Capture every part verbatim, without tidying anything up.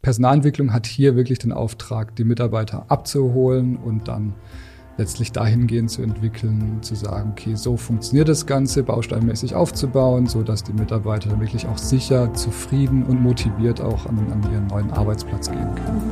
Personalentwicklung hat hier wirklich den Auftrag, die Mitarbeiter abzuholen und dann letztlich dahingehend zu entwickeln, zu sagen, okay, so funktioniert das Ganze, bausteinmäßig aufzubauen, so dass die Mitarbeiter dann wirklich auch sicher, zufrieden und motiviert auch an, an ihren neuen Arbeitsplatz gehen können.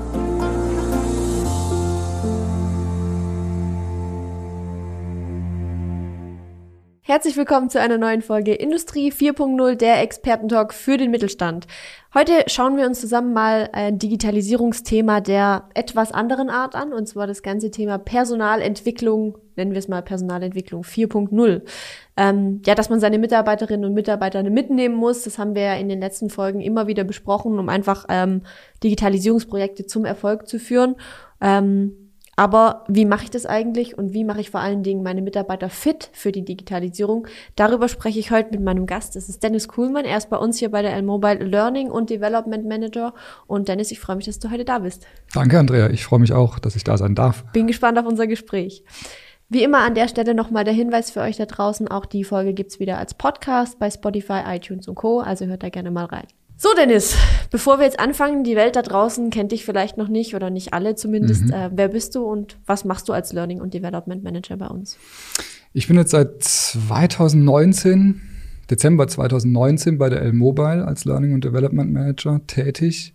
Herzlich willkommen zu einer neuen Folge Industrie vier Punkt null, der Expertentalk für den Mittelstand. Heute schauen wir uns zusammen mal ein Digitalisierungsthema der etwas anderen Art an, und zwar das ganze Thema Personalentwicklung, nennen wir es mal Personalentwicklung vier Punkt null. Ähm, ja, dass man seine Mitarbeiterinnen und Mitarbeiter mitnehmen muss, das haben wir ja in den letzten Folgen immer wieder besprochen, um einfach ähm, Digitalisierungsprojekte zum Erfolg zu führen. Ähm, Aber wie mache ich das eigentlich und wie mache ich vor allen Dingen meine Mitarbeiter fit für die Digitalisierung? Darüber spreche ich heute mit meinem Gast. Das ist Dennis Kuhlmann. Er ist bei uns hier bei der L-Mobile Learning und Development Manager. Und Dennis, ich freue mich, dass du heute da bist. Danke, Andrea. Ich freue mich auch, dass ich da sein darf. Bin gespannt auf unser Gespräch. Wie immer an der Stelle nochmal der Hinweis für euch da draußen. Auch die Folge gibt's wieder als Podcast bei Spotify, iTunes und Co. Also hört da gerne mal rein. So, Dennis, bevor wir jetzt anfangen, die Welt da draußen kennt dich vielleicht noch nicht oder nicht alle zumindest. Mhm. Äh, wer bist du und was machst du als Learning- und Development Manager bei uns? Ich bin jetzt seit zwanzig neunzehn, Dezember zwanzig neunzehn bei der L-Mobile als Learning- und Development Manager tätig.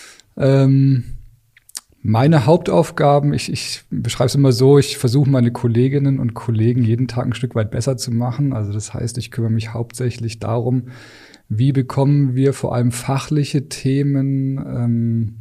Ähm, meine Hauptaufgaben, ich, ich beschreibe es immer so, ich versuche meine Kolleginnen und Kollegen jeden Tag ein Stück weit besser zu machen. Also das heißt, ich kümmere mich hauptsächlich darum, wie bekommen wir vor allem fachliche Themen ähm,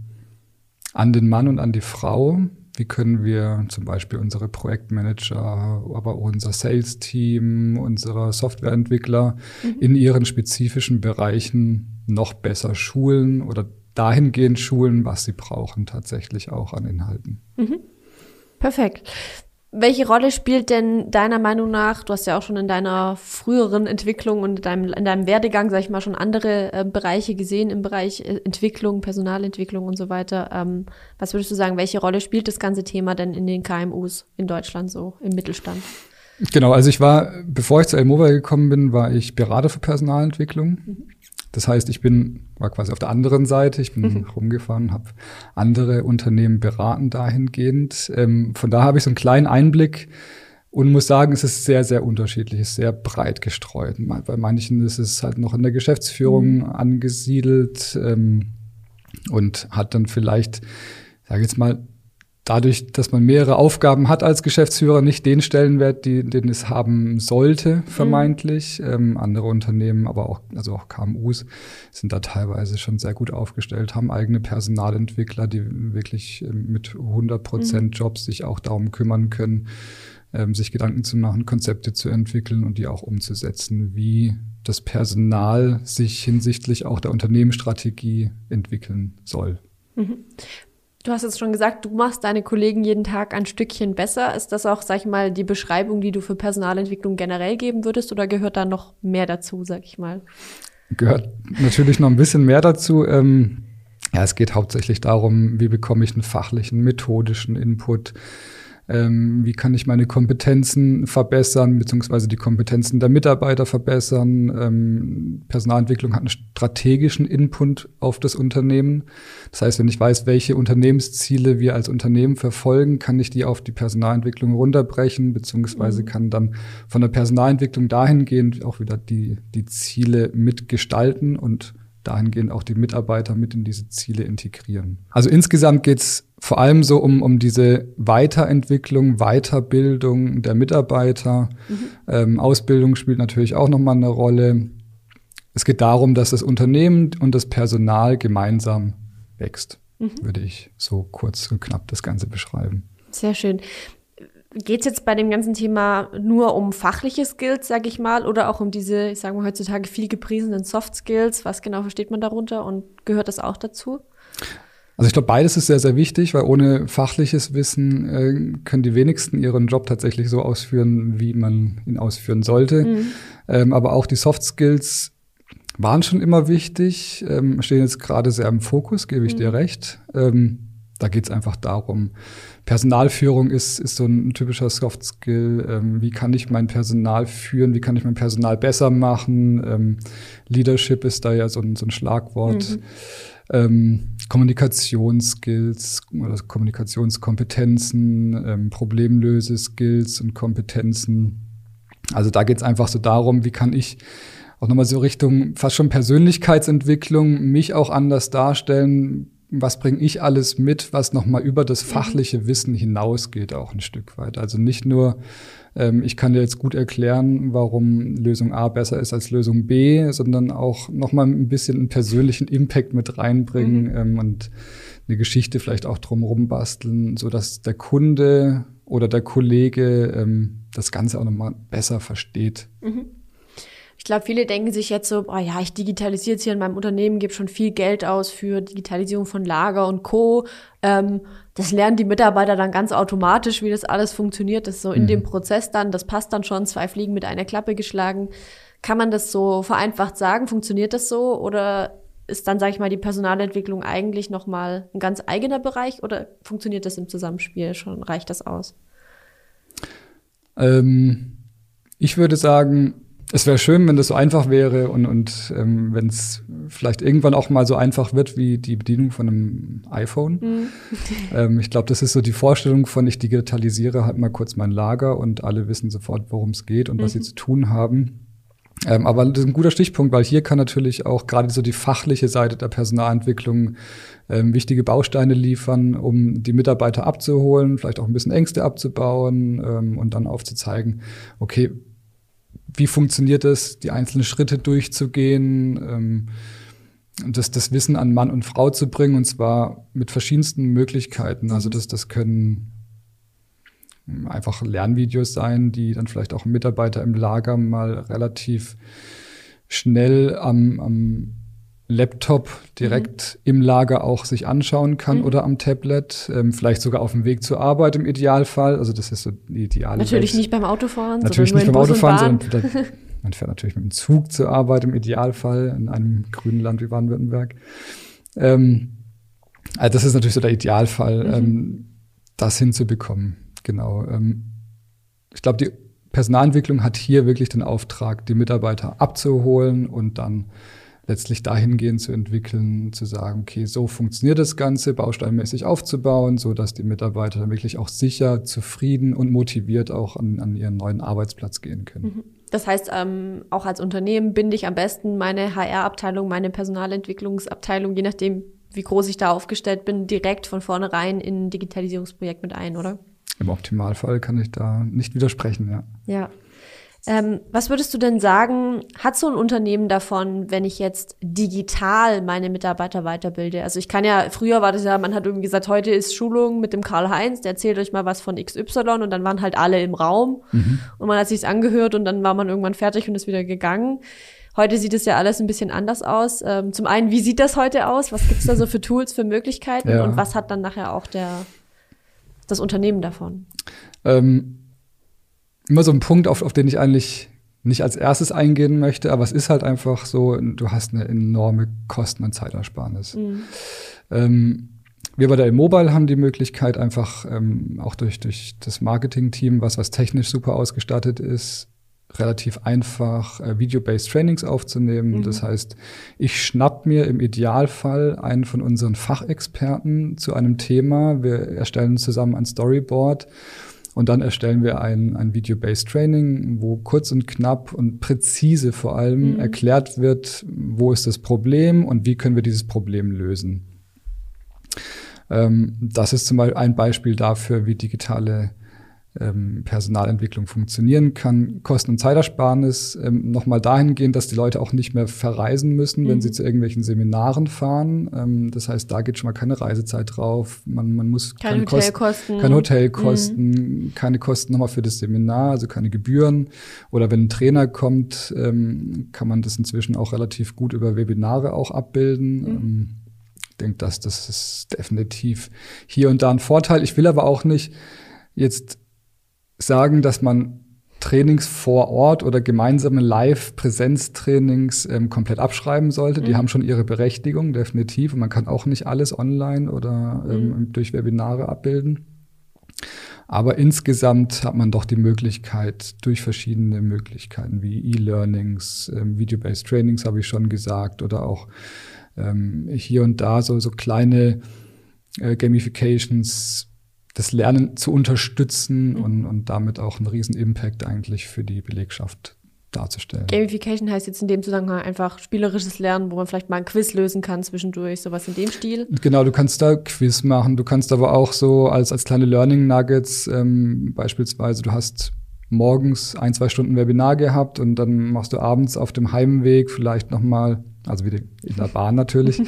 an den Mann und an die Frau? Wie können wir zum Beispiel unsere Projektmanager, aber auch unser Sales-Team, unsere Softwareentwickler mhm. in ihren spezifischen Bereichen noch besser schulen oder dahingehend schulen, was sie brauchen tatsächlich auch an Inhalten? Mhm. Perfekt. Welche Rolle spielt denn deiner Meinung nach, du hast ja auch schon in deiner früheren Entwicklung und in deinem, in deinem Werdegang, sag ich mal, schon andere äh, Bereiche gesehen im Bereich äh, Entwicklung, Personalentwicklung und so weiter. Ähm, was würdest du sagen, welche Rolle spielt das ganze Thema denn in den K M Us in Deutschland so, im Mittelstand? Genau, also ich war, bevor ich zur L-Mobile gekommen bin, war ich Berater für Personalentwicklung. Mhm. Das heißt, ich bin, war quasi auf der anderen Seite, ich bin mhm. rumgefahren, habe andere Unternehmen beraten dahingehend. Ähm, von da habe ich so einen kleinen Einblick und muss sagen, es ist sehr, sehr unterschiedlich, es ist sehr breit gestreut. Bei manchen ist es halt noch in der Geschäftsführung mhm. angesiedelt ähm, und hat dann vielleicht, sage ich jetzt mal, dadurch, dass man mehrere Aufgaben hat als Geschäftsführer, nicht den Stellenwert, die, den es haben sollte, vermeintlich. Mhm. Ähm, andere Unternehmen, aber auch, also auch K M Us, sind da teilweise schon sehr gut aufgestellt, haben eigene Personalentwickler, die wirklich ähm, mit hundert Prozent Jobs sich auch darum kümmern können, ähm, sich Gedanken zu machen, Konzepte zu entwickeln und die auch umzusetzen, wie das Personal sich hinsichtlich auch der Unternehmensstrategie entwickeln soll. Mhm. Du hast jetzt schon gesagt, du machst deine Kollegen jeden Tag ein Stückchen besser. Ist das auch, sag ich mal, die Beschreibung, die du für Personalentwicklung generell geben würdest, oder gehört da noch mehr dazu, sag ich mal? Gehört natürlich noch ein bisschen mehr dazu. Ähm, ja, es geht hauptsächlich darum, wie bekomme ich einen fachlichen, methodischen Input? Ähm, wie kann ich meine Kompetenzen verbessern, beziehungsweise die Kompetenzen der Mitarbeiter verbessern? Ähm, Personalentwicklung hat einen strategischen Input auf das Unternehmen. Das heißt, wenn ich weiß, welche Unternehmensziele wir als Unternehmen verfolgen, kann ich die auf die Personalentwicklung runterbrechen, beziehungsweise mhm. kann dann von der Personalentwicklung dahingehend auch wieder die, die Ziele mitgestalten und dahingehend auch die Mitarbeiter mit in diese Ziele integrieren. Also insgesamt geht's vor allem so um, um diese Weiterentwicklung, Weiterbildung der Mitarbeiter. Mhm. Ähm, Ausbildung spielt natürlich auch nochmal eine Rolle. Es geht darum, dass das Unternehmen und das Personal gemeinsam wächst, mhm. würde ich so kurz und knapp das Ganze beschreiben. Sehr schön. Geht es jetzt bei dem ganzen Thema nur um fachliche Skills, sage ich mal, oder auch um diese, ich sage mal heutzutage viel gepriesenen Soft Skills? Was genau versteht man darunter und gehört das auch dazu? Also ich glaube, beides ist sehr, sehr wichtig, weil ohne fachliches Wissen äh, können die wenigsten ihren Job tatsächlich so ausführen, wie man ihn ausführen sollte. Mhm. Ähm, aber auch die Soft Skills waren schon immer wichtig, ähm, stehen jetzt gerade sehr im Fokus, gebe ich mhm. dir recht. Ähm, Da geht es einfach darum, Personalführung ist, ist so ein typischer Soft Skill. Ähm, wie kann ich mein Personal führen? Wie kann ich mein Personal besser machen? Ähm, Leadership ist da ja so ein, so ein Schlagwort. Mhm. ähm, Kommunikationsskills oder Kommunikationskompetenzen, ähm, Problemlöse-Skills und Kompetenzen. Also da geht es einfach so darum, wie kann ich auch nochmal so Richtung fast schon Persönlichkeitsentwicklung mich auch anders darstellen. Was bringe ich alles mit, was nochmal über das fachliche Wissen hinausgeht, auch ein Stück weit. Also nicht nur, ähm, ich kann dir jetzt gut erklären, warum Lösung A besser ist als Lösung B, sondern auch nochmal ein bisschen einen persönlichen Impact mit reinbringen mhm. ähm, und eine Geschichte vielleicht auch drumherum basteln, sodass der Kunde oder der Kollege ähm, das Ganze auch nochmal besser versteht. Mhm. Ich glaube, viele denken sich jetzt so, oh ja, ich digitalisiere jetzt hier in meinem Unternehmen, gebe schon viel Geld aus für Digitalisierung von Lager und Co. Ähm, das lernen die Mitarbeiter dann ganz automatisch, wie das alles funktioniert. Das ist so in mhm. dem Prozess dann, das passt dann schon, zwei Fliegen mit einer Klappe geschlagen. Kann man das so vereinfacht sagen? Funktioniert das so? Oder ist dann, sage ich mal, die Personalentwicklung eigentlich nochmal ein ganz eigener Bereich? Oder funktioniert das im Zusammenspiel schon? Reicht das aus? Ähm, ich würde sagen, es wäre schön, wenn das so einfach wäre und, und ähm, wenn es vielleicht irgendwann auch mal so einfach wird wie die Bedienung von einem iPhone. Mhm. ähm, ich glaube, das ist so die Vorstellung von, ich digitalisiere halt mal kurz mein Lager und alle wissen sofort, worum es geht und mhm. was sie zu tun haben. Ähm, aber das ist ein guter Stichpunkt, weil hier kann natürlich auch gerade so die fachliche Seite der Personalentwicklung ähm, wichtige Bausteine liefern, um die Mitarbeiter abzuholen, vielleicht auch ein bisschen Ängste abzubauen ähm, und dann aufzuzeigen, okay, wie funktioniert es, die einzelnen Schritte durchzugehen, ähm, das, das Wissen an Mann und Frau zu bringen, und zwar mit verschiedensten Möglichkeiten. Also das, das können einfach Lernvideos sein, die dann vielleicht auch ein Mitarbeiter im Lager mal relativ schnell am, am Laptop direkt mhm. im Lager auch sich anschauen kann mhm. oder am Tablet, ähm, vielleicht sogar auf dem Weg zur Arbeit im Idealfall. Also das ist so die ideale Natürlich Welt. Nicht beim Autofahren, natürlich nicht beim Autofahren, sondern man fährt natürlich mit dem Zug zur Arbeit im Idealfall in einem grünen Land wie Baden-Württemberg. Ähm, also das ist natürlich so der Idealfall, mhm. ähm, das hinzubekommen. Genau. Ähm, ich glaube, die Personalentwicklung hat hier wirklich den Auftrag, die Mitarbeiter abzuholen und dann letztlich dahingehend zu entwickeln, zu sagen, okay, so funktioniert das Ganze, bausteinmäßig aufzubauen, so dass die Mitarbeiter dann wirklich auch sicher, zufrieden und motiviert auch an, an ihren neuen Arbeitsplatz gehen können. Das heißt, ähm, auch als Unternehmen binde ich am besten meine H R-Abteilung, meine Personalentwicklungsabteilung, je nachdem, wie groß ich da aufgestellt bin, direkt von vornherein in ein Digitalisierungsprojekt mit ein, oder? Im Optimalfall kann ich da nicht widersprechen, ja. Ja. Ähm, was würdest du denn sagen, hat so ein Unternehmen davon, wenn ich jetzt digital meine Mitarbeiter weiterbilde? Also ich kann ja, früher war das ja, man hat irgendwie gesagt, heute ist Schulung mit dem Karl-Heinz, der erzählt euch mal was von X Y und dann waren halt alle im Raum mhm. und man hat sich's angehört und dann war man irgendwann fertig und ist wieder gegangen. Heute sieht es ja alles ein bisschen anders aus. Ähm, zum einen, wie sieht das heute aus? Was gibt's da so für Tools, für Möglichkeiten? Ja. Und was hat dann nachher auch der das Unternehmen davon? Ähm Immer so ein Punkt, auf, auf den ich eigentlich nicht als erstes eingehen möchte, aber es ist halt einfach so, du hast eine enorme Kosten- und Zeitersparnis. Mhm. Ähm, wir bei der Immobile haben die Möglichkeit, einfach ähm, auch durch, durch das Marketing-Team, was, was technisch super ausgestattet ist, relativ einfach äh, Video-based Trainings aufzunehmen. Mhm. Das heißt, ich schnapp mir im Idealfall einen von unseren Fachexperten zu einem Thema. Wir erstellen zusammen ein Storyboard. Und dann erstellen wir ein, ein Video-based Training, wo kurz und knapp und präzise vor allem mhm. erklärt wird, wo ist das Problem und wie können wir dieses Problem lösen. Ähm, das ist zum Beispiel ein Beispiel dafür, wie digitale ähm, Personalentwicklung funktionieren kann. Kosten- und Zeitersparnis ähm, nochmal dahingehend, dass die Leute auch nicht mehr verreisen müssen, mhm. wenn sie zu irgendwelchen Seminaren fahren. Ähm, das heißt, da geht schon mal keine Reisezeit drauf. Man, man muss keine, keine Hotelkosten, Kosten, keine Hotelkosten, mhm. keine Kosten nochmal für das Seminar, also keine Gebühren. Oder wenn ein Trainer kommt, ähm, kann man das inzwischen auch relativ gut über Webinare auch abbilden. Mhm. Ähm, ich denke, dass das ist definitiv hier und da ein Vorteil. Ich will aber auch nicht jetzt sagen, dass man Trainings vor Ort oder gemeinsame Live-Präsenztrainings ähm, komplett abschreiben sollte. Mhm. Die haben schon ihre Berechtigung, definitiv. Und man kann auch nicht alles online oder ähm, mhm. durch Webinare abbilden. Aber insgesamt hat man doch die Möglichkeit, durch verschiedene Möglichkeiten wie E-Learnings, ähm, Video-Based Trainings habe ich schon gesagt, oder auch ähm, hier und da so, so kleine äh, Gamifications, das Lernen zu unterstützen mhm. und, und damit auch einen riesen Impact eigentlich für die Belegschaft darzustellen. Gamification heißt jetzt in dem Zusammenhang einfach spielerisches Lernen, wo man vielleicht mal ein Quiz lösen kann zwischendurch, sowas in dem Stil. Genau, du kannst da Quiz machen, du kannst aber auch so als, als kleine Learning Nuggets ähm, beispielsweise, du hast morgens ein, zwei Stunden Webinar gehabt und dann machst du abends auf dem Heimweg vielleicht nochmal, also wieder in der Bahn natürlich,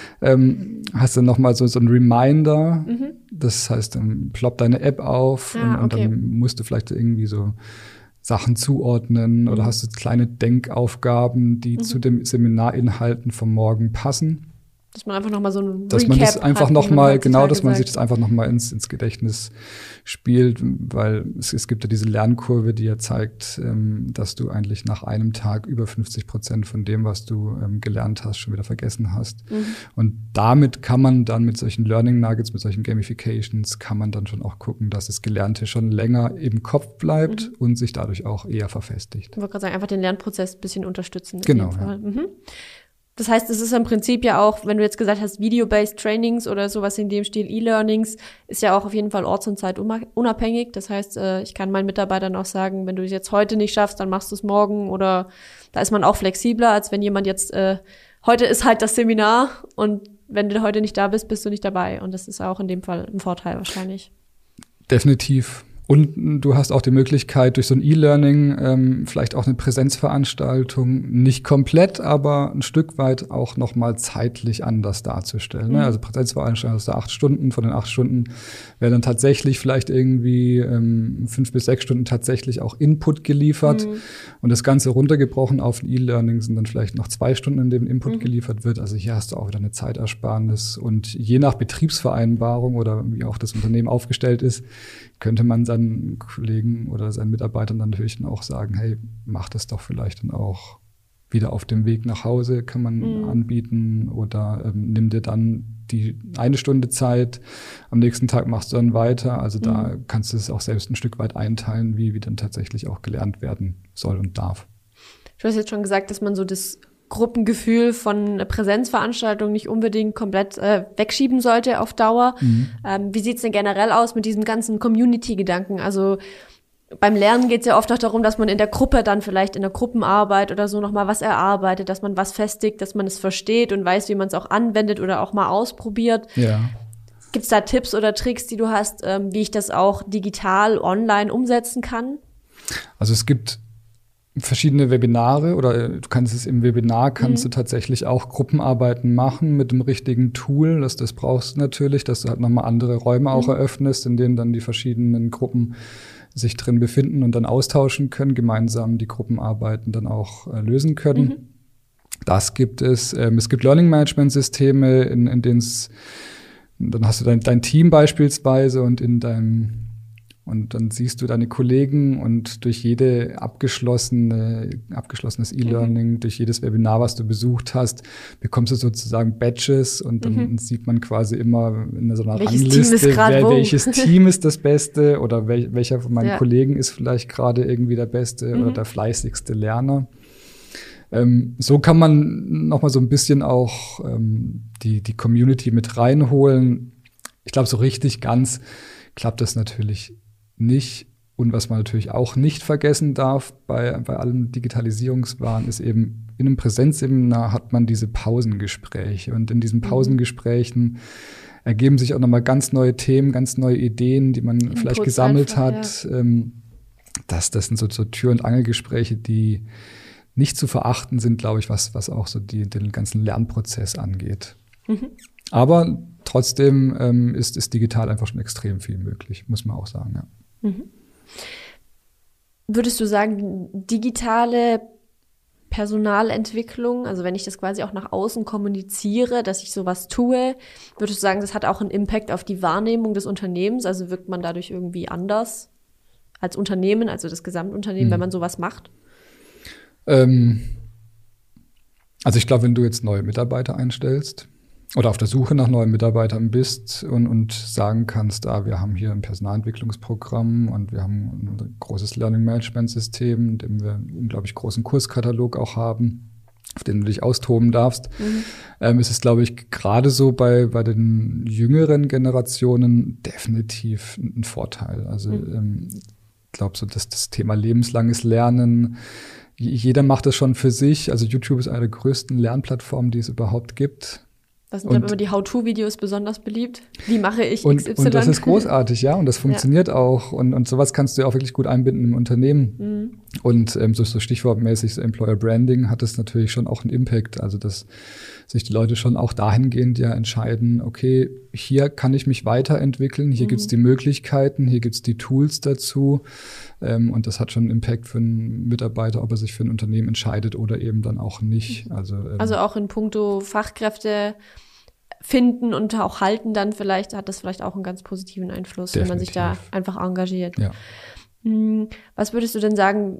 ähm, hast dann nochmal so, so ein Reminder, mhm. das heißt, dann ploppt deine App auf ah, und, und okay. dann musst du vielleicht irgendwie so Sachen zuordnen mhm. oder hast du kleine Denkaufgaben, die mhm. zu den Seminarinhalten vom Morgen passen. Dass man einfach nochmal so ein Dass Recap man das einfach nochmal, genau, dass man sagt. sich das einfach nochmal ins, ins Gedächtnis spielt, weil es, es gibt ja diese Lernkurve, die ja zeigt, ähm, dass du eigentlich nach einem Tag über fünfzig Prozent von dem, was du ähm, gelernt hast, schon wieder vergessen hast. Mhm. Und damit kann man dann mit solchen Learning Nuggets, mit solchen Gamifications, kann man dann schon auch gucken, dass das Gelernte schon länger im Kopf bleibt mhm. und sich dadurch auch eher verfestigt. Ich wollte gerade sagen, einfach den Lernprozess ein bisschen unterstützen. Genau, ja. Mhm. Das heißt, es ist im Prinzip ja auch, wenn du jetzt gesagt hast, Video-Based Trainings oder sowas in dem Stil, E-Learnings, ist ja auch auf jeden Fall orts- und zeitunabhängig. Das heißt, ich kann meinen Mitarbeitern auch sagen, wenn du es jetzt heute nicht schaffst, dann machst du es morgen, oder da ist man auch flexibler, als wenn jemand jetzt, äh, heute ist halt das Seminar und wenn du heute nicht da bist, bist du nicht dabei. Und das ist auch in dem Fall ein Vorteil wahrscheinlich. Definitiv. Und du hast auch die Möglichkeit, durch so ein E-Learning ähm, vielleicht auch eine Präsenzveranstaltung nicht komplett, aber ein Stück weit auch noch mal zeitlich anders darzustellen. Mhm. Ne? Also Präsenzveranstaltung hast du acht Stunden, von den acht Stunden werden dann tatsächlich vielleicht irgendwie ähm, fünf bis sechs Stunden tatsächlich auch Input geliefert. Mhm. Und das Ganze runtergebrochen auf ein E-Learning sind dann vielleicht noch zwei Stunden, in denen Input mhm. geliefert wird. Also hier hast du auch wieder eine Zeitersparnis. Und je nach Betriebsvereinbarung oder wie auch das Unternehmen aufgestellt ist, könnte man seinen Kollegen oder seinen Mitarbeitern dann natürlich dann auch sagen, hey, mach das doch vielleicht dann auch wieder auf dem Weg nach Hause, kann man mhm. anbieten, oder ähm, nimm dir dann die eine Stunde Zeit, am nächsten Tag machst du dann weiter. Also mhm. da kannst du es auch selbst ein Stück weit einteilen, wie, wie dann tatsächlich auch gelernt werden soll und darf. Du hast jetzt schon gesagt, dass man so das Gruppengefühl von Präsenzveranstaltungen nicht unbedingt komplett äh, wegschieben sollte auf Dauer. Mhm. Ähm, wie sieht's denn generell aus mit diesem ganzen Community-Gedanken? Also beim Lernen geht's ja oft auch darum, dass man in der Gruppe dann vielleicht in der Gruppenarbeit oder so nochmal was erarbeitet, dass man was festigt, dass man es versteht und weiß, wie man es auch anwendet oder auch mal ausprobiert. Ja. Gibt's da Tipps oder Tricks, die du hast, ähm, wie ich das auch digital, online umsetzen kann? Also es gibt verschiedene Webinare, oder du kannst es im Webinar, kannst mhm. du tatsächlich auch Gruppenarbeiten machen mit dem richtigen Tool. Das, das brauchst du natürlich, dass du halt nochmal andere Räume auch mhm. eröffnest, in denen dann die verschiedenen Gruppen sich drin befinden und dann austauschen können, gemeinsam die Gruppenarbeiten dann auch äh, lösen können. Mhm. Das gibt es. Ähm, es gibt Learning-Management-Systeme, in, in denen es, dann hast du dein, dein Team beispielsweise und in deinem Und dann siehst du deine Kollegen und durch jede abgeschlossene, abgeschlossenes E-Learning, mhm. durch jedes Webinar, was du besucht hast, bekommst du sozusagen Badges und dann mhm. sieht man quasi immer in so einer welches Rangliste, Team wer, welches Team ist das Beste oder wel, welcher von meinen ja. Kollegen ist vielleicht gerade irgendwie der Beste mhm. oder der fleißigste Lerner. Ähm, so kann man noch mal so ein bisschen auch ähm, die, die Community mit reinholen. Ich glaube, so richtig ganz klappt das natürlich nicht. Und was man natürlich auch nicht vergessen darf bei, bei allem Digitalisierungswahn, ist eben, in einem Präsenzseminar hat man diese Pausengespräche. Und in diesen Pausengesprächen ergeben sich auch nochmal ganz neue Themen, ganz neue Ideen, die man Inputs vielleicht gesammelt einfach, hat. Ja. Ähm, das, das sind so, so Tür- und Angelgespräche, die nicht zu verachten sind, glaube ich, was, was auch so die, den ganzen Lernprozess angeht. Mhm. Aber trotzdem ähm, ist, ist digital einfach schon extrem viel möglich, muss man auch sagen, ja. Mhm. Würdest du sagen, digitale Personalentwicklung, also wenn ich das quasi auch nach außen kommuniziere, dass ich sowas tue, würdest du sagen, das hat auch einen Impact auf die Wahrnehmung des Unternehmens? Also wirkt man dadurch irgendwie anders als Unternehmen, also das Gesamtunternehmen, mhm. wenn man sowas macht? Ähm, also ich glaube, wenn du jetzt neue Mitarbeiter einstellst, oder auf der Suche nach neuen Mitarbeitern bist und, und sagen kannst, ah, wir haben hier ein Personalentwicklungsprogramm und wir haben ein großes Learning-Management-System, in dem wir einen unglaublich großen Kurskatalog auch haben, auf den du dich austoben darfst. Mhm. Ähm, es ist, glaube ich, gerade so bei, bei den jüngeren Generationen definitiv ein Vorteil. Also mhm. ähm, ich glaube so, dass das Thema lebenslanges Lernen, jeder macht das schon für sich. Also YouTube ist eine der größten Lernplattformen, die es überhaupt gibt. Was sind dann immer die How-To-Videos besonders beliebt? Wie mache ich und, X Y? Und das ist großartig, ja, und das funktioniert ja. auch. Und, und sowas kannst du ja auch wirklich gut einbinden im Unternehmen. Mhm. Und ähm, so, so stichwortmäßig, so Employer Branding hat das natürlich schon auch einen Impact. Also, dass sich die Leute schon auch dahingehend ja entscheiden, okay, hier kann ich mich weiterentwickeln, hier mhm. gibt's die Möglichkeiten, hier gibt's die Tools dazu. Ähm, und das hat schon einen Impact für einen Mitarbeiter, ob er sich für ein Unternehmen entscheidet oder eben dann auch nicht. Also, ähm, also auch in puncto Fachkräfte finden und auch halten dann vielleicht, hat das vielleicht auch einen ganz positiven Einfluss, definitiv. Wenn man sich da einfach engagiert. Ja. Was würdest du denn sagen,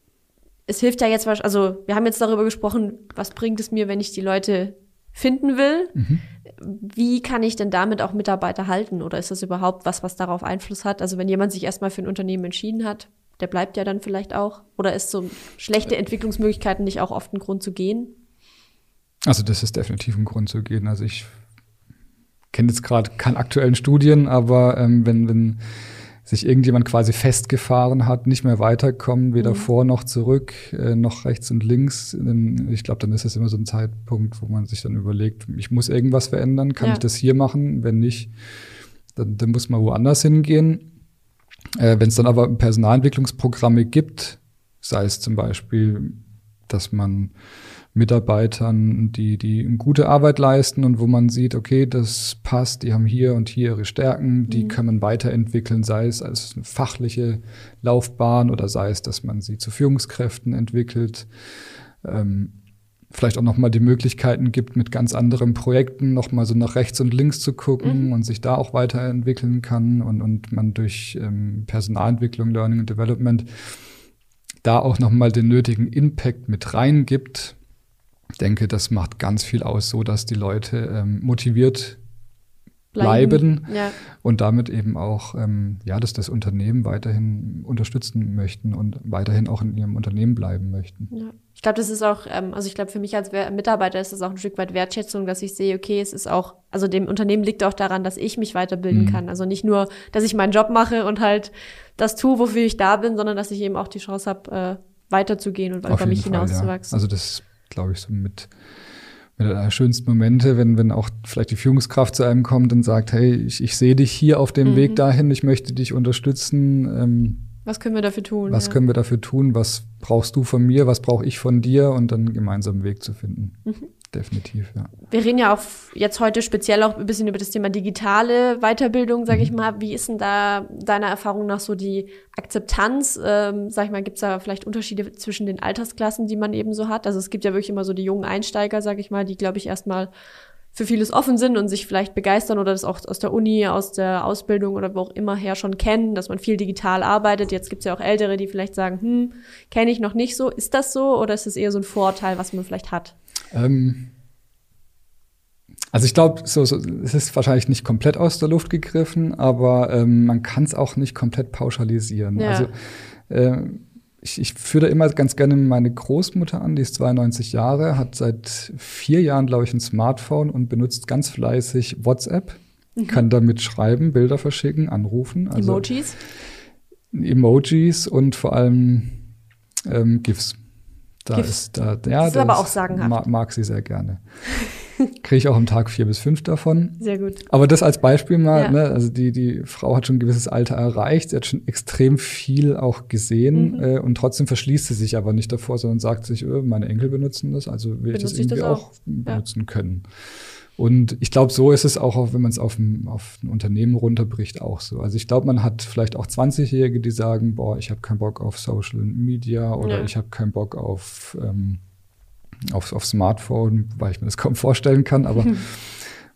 es hilft ja jetzt, also wir haben jetzt darüber gesprochen, was bringt es mir, wenn ich die Leute finden will? Mhm. Wie kann ich denn damit auch Mitarbeiter halten? Oder ist das überhaupt was, was darauf Einfluss hat? Also wenn jemand sich erstmal für ein Unternehmen entschieden hat, der bleibt ja dann vielleicht auch. Oder ist so schlechte Entwicklungsmöglichkeiten nicht auch oft ein Grund zu gehen? Also das ist definitiv ein Grund zu gehen. Also ich kenne jetzt gerade keine aktuellen Studien, aber ähm, wenn, wenn sich irgendjemand quasi festgefahren hat, nicht mehr weiterkommen, weder mhm. vor noch zurück, äh, noch rechts und links, dann, ich glaube, dann ist es immer so ein Zeitpunkt, wo man sich dann überlegt, ich muss irgendwas verändern, kann ja. ich das hier machen? Wenn nicht, dann, dann muss man woanders hingehen. Äh, wenn es dann aber Personalentwicklungsprogramme gibt, sei es zum Beispiel, dass man Mitarbeitern, die, die eine gute Arbeit leisten und wo man sieht, okay, das passt, die haben hier und hier ihre Stärken, die mhm. kann man weiterentwickeln, sei es als eine fachliche Laufbahn oder sei es, dass man sie zu Führungskräften entwickelt. Ähm, vielleicht auch nochmal die Möglichkeiten gibt, mit ganz anderen Projekten nochmal so nach rechts und links zu gucken mhm. und sich da auch weiterentwickeln kann und, und man durch ähm, Personalentwicklung, Learning and Development da auch nochmal den nötigen Impact mit reingibt. Ich denke, das macht ganz viel aus, so dass die Leute ähm, motiviert bleiben, bleiben ja. und damit eben auch, ähm, ja, dass das Unternehmen weiterhin unterstützen möchten und weiterhin auch in ihrem Unternehmen bleiben möchten. Ja. Ich glaube, das ist auch, ähm, also ich glaube, für mich als Mitarbeiter ist das auch ein Stück weit Wertschätzung, dass ich sehe, okay, es ist auch, also dem Unternehmen liegt auch daran, dass ich mich weiterbilden mhm. kann. Also nicht nur, dass ich meinen Job mache und halt das tue, wofür ich da bin, sondern dass ich eben auch die Chance habe, äh, weiterzugehen und über mich hinauszuwachsen. Ja. Also das glaube ich, so mit, mit einer der schönsten Momente, wenn, wenn auch vielleicht die Führungskraft zu einem kommt und sagt, hey, ich, ich sehe dich hier auf dem mhm. Weg dahin, ich möchte dich unterstützen. Ähm, was können wir dafür tun? Was ja. können wir dafür tun? Was brauchst du von mir? Was brauche ich von dir? Und dann gemeinsam einen Weg zu finden. Mhm. Definitiv, ja. Wir reden ja auch jetzt heute speziell auch ein bisschen über das Thema digitale Weiterbildung, sage mhm. ich mal. Wie ist denn da deiner Erfahrung nach so die Akzeptanz? Ähm, sag ich mal, gibt es da vielleicht Unterschiede zwischen den Altersklassen, die man eben so hat? Also es gibt ja wirklich immer so die jungen Einsteiger, sage ich mal, die, glaube ich, erstmal für vieles offen sind und sich vielleicht begeistern oder das auch aus der Uni, aus der Ausbildung oder wo auch immer her schon kennen, dass man viel digital arbeitet. Jetzt gibt's ja auch Ältere, die vielleicht sagen, hm, kenne ich noch nicht so. Ist das so oder ist das eher so ein Vorteil, was man vielleicht hat? Ähm, also ich glaube, so, so, es ist wahrscheinlich nicht komplett aus der Luft gegriffen, aber ähm, man kann es auch nicht komplett pauschalisieren. Ja. Also äh, ich, ich führe da immer ganz gerne meine Großmutter an, die ist zweiundneunzig Jahre, hat seit vier Jahren, glaube ich, ein Smartphone und benutzt ganz fleißig WhatsApp, mhm. kann damit schreiben, Bilder verschicken, anrufen. Also Emojis? Emojis und vor allem ähm, GIFs. Da GIFs. ist, da, ja, das ist aber auch sagenhaft. Mag, mag sie sehr gerne. Kriege ich auch am Tag vier bis fünf davon. Sehr gut. Aber das als Beispiel mal, ja. ne, also die, die Frau hat schon ein gewisses Alter erreicht, sie hat schon extrem viel auch gesehen, mhm. äh, und trotzdem verschließt sie sich aber nicht davor, sondern sagt sich, öh, meine Enkel benutzen das, also will Benutze ich das irgendwie ich das auch, auch benutzen ja. können. Und ich glaube, so ist es auch, auch wenn man es auf ein, auf ein Unternehmen runterbricht, auch so. Also ich glaube, man hat vielleicht auch zwanzigjährige, die sagen, boah, ich habe keinen Bock auf Social Media oder ja. ich habe keinen Bock auf, ähm, auf, auf Smartphone, weil ich mir das kaum vorstellen kann. Aber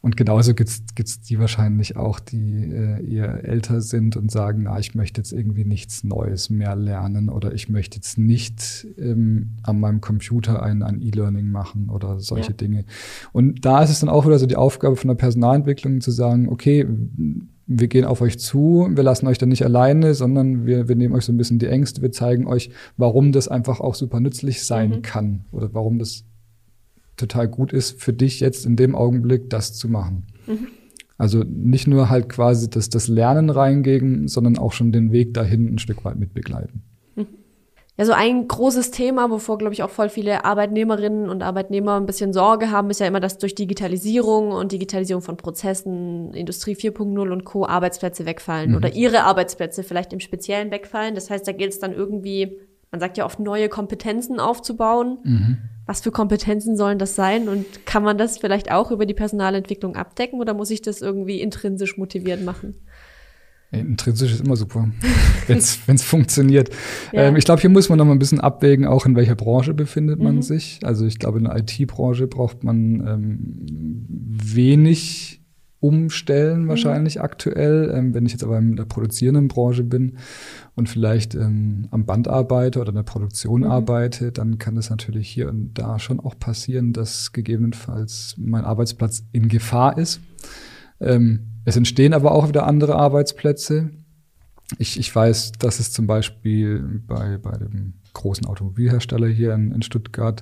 Und genauso gibt's gibt's die wahrscheinlich auch, die äh, eher älter sind und sagen, na, ich möchte jetzt irgendwie nichts Neues mehr lernen oder ich möchte jetzt nicht ähm, an meinem Computer ein, ein E-Learning machen oder solche ja. Dinge. Und da ist es dann auch wieder so die Aufgabe von der Personalentwicklung zu sagen, okay, wir gehen auf euch zu, wir lassen euch dann nicht alleine, sondern wir, wir nehmen euch so ein bisschen die Ängste, wir zeigen euch, warum das einfach auch super nützlich sein mhm. kann oder warum das total gut ist für dich jetzt in dem Augenblick, das zu machen. Mhm. Also nicht nur halt quasi das, das Lernen reingehen, sondern auch schon den Weg dahin ein Stück weit mitbegleiten. Mhm. Ja, so ein großes Thema, wovor, glaube ich, auch voll viele Arbeitnehmerinnen und Arbeitnehmer ein bisschen Sorge haben, ist ja immer, dass durch Digitalisierung und Digitalisierung von Prozessen, Industrie vier Punkt null und Co. Arbeitsplätze wegfallen mhm. oder ihre Arbeitsplätze vielleicht im Speziellen wegfallen. Das heißt, da gilt es dann irgendwie, man sagt ja oft, neue Kompetenzen aufzubauen. Mhm. Was für Kompetenzen sollen das sein? Und kann man das vielleicht auch über die Personalentwicklung abdecken oder muss ich das irgendwie intrinsisch motiviert machen? Intrinsisch ist immer super, wenn es funktioniert. Ja. Ähm, ich glaube, hier muss man noch mal ein bisschen abwägen, auch in welcher Branche befindet man mhm. sich. Also ich glaube, in der I T-Branche braucht man ähm, wenig umstellen wahrscheinlich mhm. aktuell. Ähm, wenn ich jetzt aber in der produzierenden Branche bin und vielleicht ähm, am Band arbeite oder in der Produktion mhm. arbeite, dann kann es natürlich hier und da schon auch passieren, dass gegebenenfalls mein Arbeitsplatz in Gefahr ist. Ähm, es entstehen aber auch wieder andere Arbeitsplätze. Ich, ich weiß, dass es zum Beispiel bei, bei dem großen Automobilhersteller hier in, in Stuttgart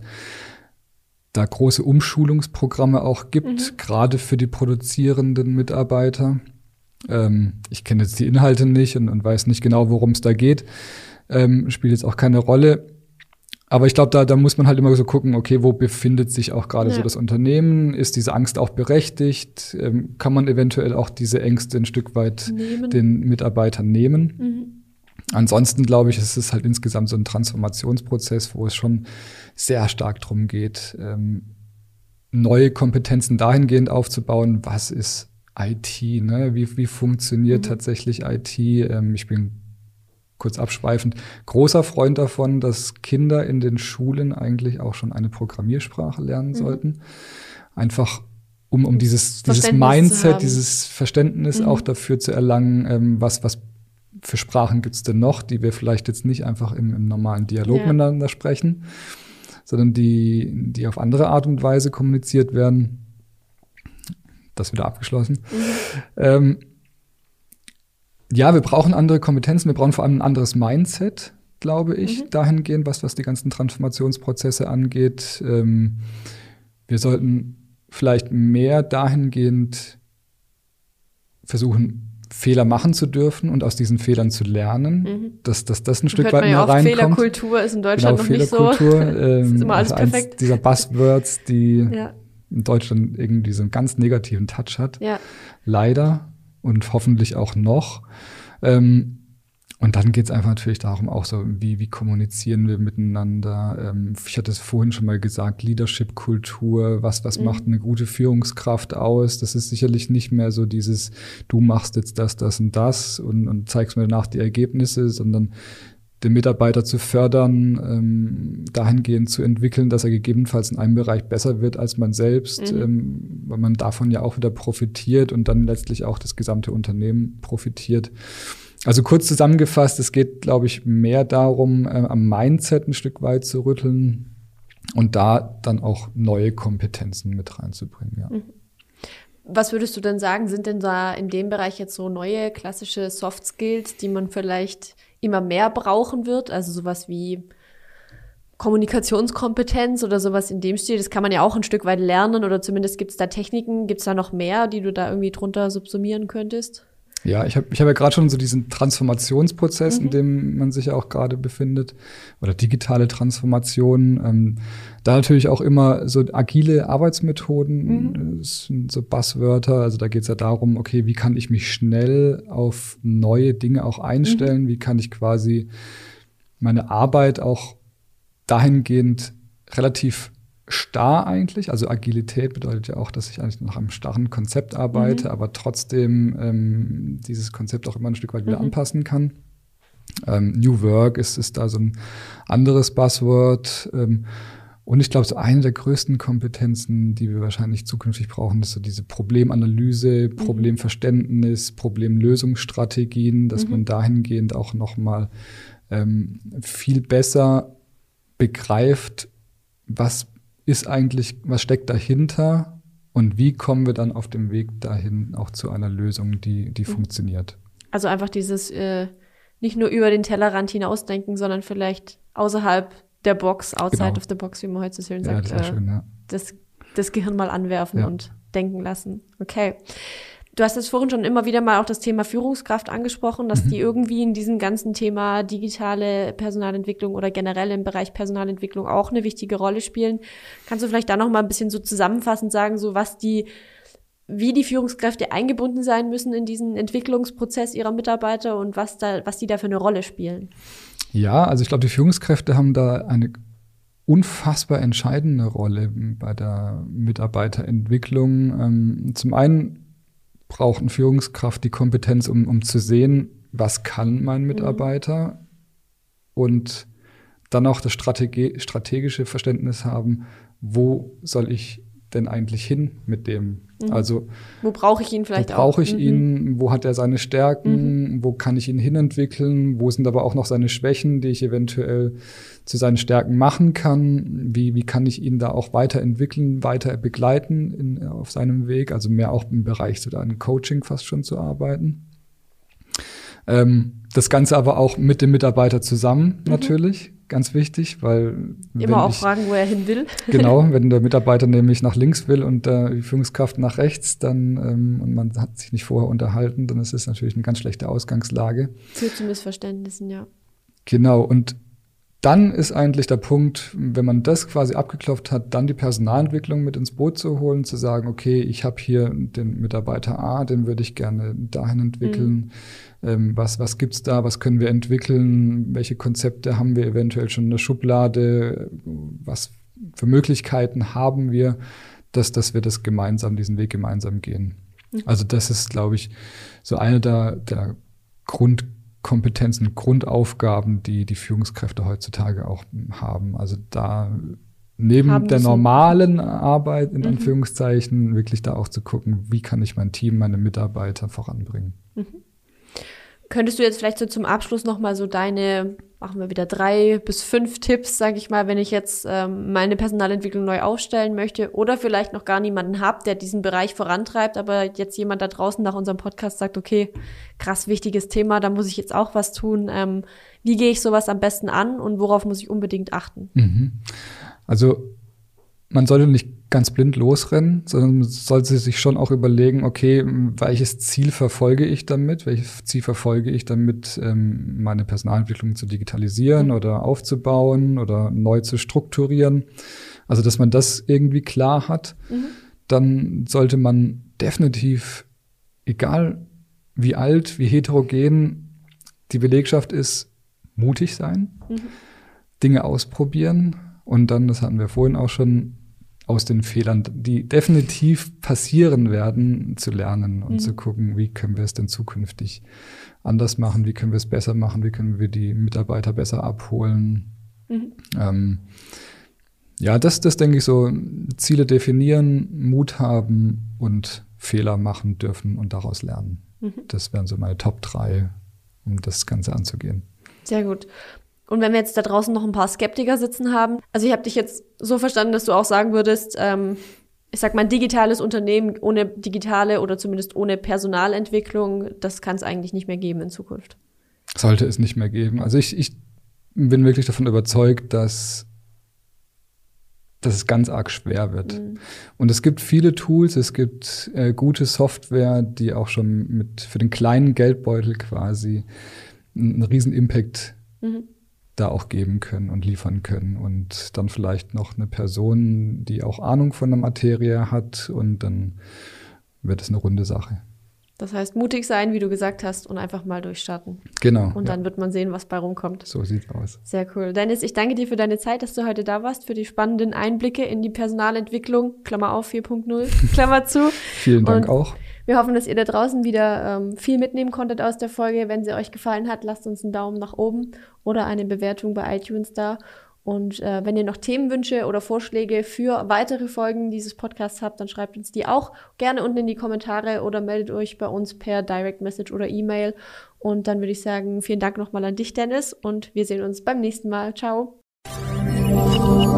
da große Umschulungsprogramme auch gibt, mhm. gerade für die produzierenden Mitarbeiter. Ähm, ich kenne jetzt die Inhalte nicht und, und weiß nicht genau, worum es da geht. Ähm, spielt jetzt auch keine Rolle. Aber ich glaube, da, da muss man halt immer so gucken, okay, wo befindet sich auch gerade ja. so das Unternehmen? Ist diese Angst auch berechtigt? Ähm, kann man eventuell auch diese Ängste ein Stück weit nehmen. Den Mitarbeitern nehmen? Mhm. Ansonsten, glaube ich, ist es halt insgesamt so ein Transformationsprozess, wo es schon sehr stark darum geht, ähm, neue Kompetenzen dahingehend aufzubauen. Was ist I T? Ne? Wie, wie funktioniert mhm. tatsächlich I T? Ähm, ich bin kurz abschweifend, großer Freund davon, dass Kinder in den Schulen eigentlich auch schon eine Programmiersprache lernen mhm. sollten. Einfach um, um dieses, dieses Mindset, dieses Verständnis mhm. auch dafür zu erlangen, ähm, was, was für Sprachen gibt's denn noch, die wir vielleicht jetzt nicht einfach im, im normalen Dialog ja. miteinander sprechen, sondern die, die auf andere Art und Weise kommuniziert werden. Das wieder abgeschlossen. Mhm. Ähm, Ja, wir brauchen andere Kompetenzen, wir brauchen vor allem ein anderes Mindset, glaube ich, mhm. dahingehend, was, was die ganzen Transformationsprozesse angeht. Ähm, wir sollten vielleicht mehr dahingehend versuchen, Fehler machen zu dürfen und aus diesen Fehlern zu lernen, mhm. dass, dass das ein Stück weit mehr reinkommt. Fehlerkultur ist in Deutschland genau, noch nicht so. Ähm, ist immer alles also perfekt. Dieser Buzzwords, die ja. in Deutschland irgendwie so einen ganz negativen Touch hat. Ja. Leider. Und hoffentlich auch noch. Ähm, und dann geht es einfach natürlich darum, auch so, wie, wie kommunizieren wir miteinander. Ähm, ich hatte es vorhin schon mal gesagt, Leadership-Kultur, was, was mhm. macht eine gute Führungskraft aus? Das ist sicherlich nicht mehr so dieses, du machst jetzt das, das und das und, und zeigst mir danach die Ergebnisse, sondern den Mitarbeiter zu fördern, ähm, dahingehend zu entwickeln, dass er gegebenenfalls in einem Bereich besser wird als man selbst, mhm. ähm, weil man davon ja auch wieder profitiert und dann letztlich auch das gesamte Unternehmen profitiert. Also kurz zusammengefasst, es geht, glaube ich, mehr darum, äh, am Mindset ein Stück weit zu rütteln und da dann auch neue Kompetenzen mit reinzubringen. Ja. Mhm. Was würdest du denn sagen, sind denn da in dem Bereich jetzt so neue klassische Soft Skills, die man vielleicht immer mehr brauchen wird? Also sowas wie Kommunikationskompetenz oder sowas in dem Stil. Das kann man ja auch ein Stück weit lernen oder zumindest gibt es da Techniken. Gibt es da noch mehr, die du da irgendwie drunter subsumieren könntest? Ja, ich habe ich hab ja gerade schon so diesen Transformationsprozess, mhm. in dem man sich ja auch gerade befindet, oder digitale Transformation. Ähm, da natürlich auch immer so agile Arbeitsmethoden, mhm. das sind so Buzzwörter. Also da geht es ja darum, okay, wie kann ich mich schnell auf neue Dinge auch einstellen? Mhm. Wie kann ich quasi meine Arbeit auch dahingehend relativ starr eigentlich, also Agilität bedeutet ja auch, dass ich eigentlich nach einem starren Konzept arbeite, mhm. aber trotzdem ähm, dieses Konzept auch immer ein Stück weit wieder mhm. anpassen kann. Ähm, New Work ist, ist da so ein anderes Buzzword. Ähm, Und ich glaube, so eine der größten Kompetenzen, die wir wahrscheinlich zukünftig brauchen, ist so diese Problemanalyse, mhm. Problemverständnis, Problemlösungsstrategien, dass mhm. man dahingehend auch nochmal ähm, viel besser begreift, was ist eigentlich, was steckt dahinter und wie kommen wir dann auf dem Weg dahin auch zu einer Lösung, die, die mhm. funktioniert. Also einfach dieses äh, nicht nur über den Tellerrand hinausdenken, sondern vielleicht außerhalb der Box, outside genau. of the box, wie man heute so schön sagt, ja, das, äh, schön, ja. das, das Gehirn mal anwerfen ja. und denken lassen. Okay. Du hast jetzt vorhin schon immer wieder mal auch das Thema Führungskraft angesprochen, dass mhm. die irgendwie in diesem ganzen Thema digitale Personalentwicklung oder generell im Bereich Personalentwicklung auch eine wichtige Rolle spielen. Kannst du vielleicht da noch mal ein bisschen so zusammenfassend sagen, so was die, wie die Führungskräfte eingebunden sein müssen in diesen Entwicklungsprozess ihrer Mitarbeiter und was da, was die da für eine Rolle spielen? Ja, also ich glaube, die Führungskräfte haben da eine unfassbar entscheidende Rolle bei der Mitarbeiterentwicklung. Ähm, zum einen braucht eine Führungskraft die Kompetenz, um, um zu sehen, was kann mein Mitarbeiter mhm. und dann auch das Strategie, strategische Verständnis haben, wo soll ich denn eigentlich hin mit dem? Mhm. Also wo brauche ich ihn vielleicht auch? Wo brauche ich mhm. ihn? Wo hat er seine Stärken? Mhm. Wo kann ich ihn hinentwickeln? Wo sind aber auch noch seine Schwächen, die ich eventuell zu seinen Stärken machen kann? Wie, wie kann ich ihn da auch weiterentwickeln, weiter begleiten in, auf seinem Weg? Also mehr auch im Bereich so ein Coaching fast schon zu arbeiten. Ähm, das Ganze aber auch mit dem Mitarbeiter zusammen mhm. natürlich. Ganz wichtig, weil immer auch ich, fragen, wo er hin will. Genau, wenn der Mitarbeiter nämlich nach links will und äh, die Führungskraft nach rechts, dann ähm, und man hat sich nicht vorher unterhalten, dann ist es natürlich eine ganz schlechte Ausgangslage. Führt zu Missverständnissen, ja. Genau, und dann ist eigentlich der Punkt, wenn man das quasi abgeklopft hat, dann die Personalentwicklung mit ins Boot zu holen, zu sagen, okay, ich habe hier den Mitarbeiter A, den würde ich gerne dahin entwickeln. Mhm. Ähm, was was gibt's da, was können wir entwickeln, welche Konzepte haben wir eventuell schon in der Schublade, was für Möglichkeiten haben wir, dass, dass wir das gemeinsam, diesen Weg gemeinsam gehen. Mhm. Also das ist, glaube ich, so eine der, der Grund Kompetenzen, Grundaufgaben, die die Führungskräfte heutzutage auch haben. Also da neben haben der normalen Arbeit, in mhm. Anführungszeichen, wirklich da auch zu gucken, wie kann ich mein Team, meine Mitarbeiter voranbringen. Mhm. Könntest du jetzt vielleicht so zum Abschluss noch mal so deine, machen wir wieder drei bis fünf Tipps, sage ich mal, wenn ich jetzt ähm, meine Personalentwicklung neu aufstellen möchte oder vielleicht noch gar niemanden habe, der diesen Bereich vorantreibt, aber jetzt jemand da draußen nach unserem Podcast sagt, okay, krass wichtiges Thema, da muss ich jetzt auch was tun. Ähm, wie gehe ich sowas am besten an und worauf muss ich unbedingt achten? Mhm. Also man sollte nicht ganz blind losrennen, sondern man sollte sich schon auch überlegen, okay, welches Ziel verfolge ich damit? Welches Ziel verfolge ich damit, ähm, meine Personalentwicklung zu digitalisieren mhm. oder aufzubauen oder neu zu strukturieren? Also, dass man das irgendwie klar hat, mhm. dann sollte man definitiv, egal wie alt, wie heterogen die Belegschaft ist, mutig sein, mhm. Dinge ausprobieren und dann, das hatten wir vorhin auch schon, aus den Fehlern, die definitiv passieren werden, zu lernen und mhm. zu gucken, wie können wir es denn zukünftig anders machen, wie können wir es besser machen, wie können wir die Mitarbeiter besser abholen. Mhm. Ähm, ja, das, das denke ich so, Ziele definieren, Mut haben und Fehler machen dürfen und daraus lernen. Mhm. Das wären so meine Top drei, um das Ganze anzugehen. Sehr gut. Und wenn wir jetzt da draußen noch ein paar Skeptiker sitzen haben, also ich habe dich jetzt so verstanden, dass du auch sagen würdest, ähm, ich sag mal, ein digitales Unternehmen ohne digitale oder zumindest ohne Personalentwicklung, das kann es eigentlich nicht mehr geben in Zukunft. Sollte es nicht mehr geben. Also ich, ich bin wirklich davon überzeugt, dass, dass es ganz arg schwer wird. Mhm. Und es gibt viele Tools, es gibt äh, gute Software, die auch schon mit für den kleinen Geldbeutel quasi einen riesen Impact mhm. da auch geben können und liefern können. Und dann vielleicht noch eine Person, die auch Ahnung von der Materie hat und dann wird es eine runde Sache. Das heißt, mutig sein, wie du gesagt hast, und einfach mal durchstarten. Genau. Und dann ja. wird man sehen, was bei rumkommt. So sieht's aus. Sehr cool. Dennis, ich danke dir für deine Zeit, dass du heute da warst, für die spannenden Einblicke in die Personalentwicklung, Klammer auf, vier Punkt null, Klammer zu. Vielen Dank und auch. Wir hoffen, dass ihr da draußen wieder ähm, viel mitnehmen konntet aus der Folge. Wenn sie euch gefallen hat, lasst uns einen Daumen nach oben oder eine Bewertung bei iTunes da. Und äh, wenn ihr noch Themenwünsche oder Vorschläge für weitere Folgen dieses Podcasts habt, dann schreibt uns die auch gerne unten in die Kommentare oder meldet euch bei uns per Direct Message oder E-Mail. Und dann würde ich sagen, vielen Dank nochmal an dich, Dennis, und wir sehen uns beim nächsten Mal. Ciao.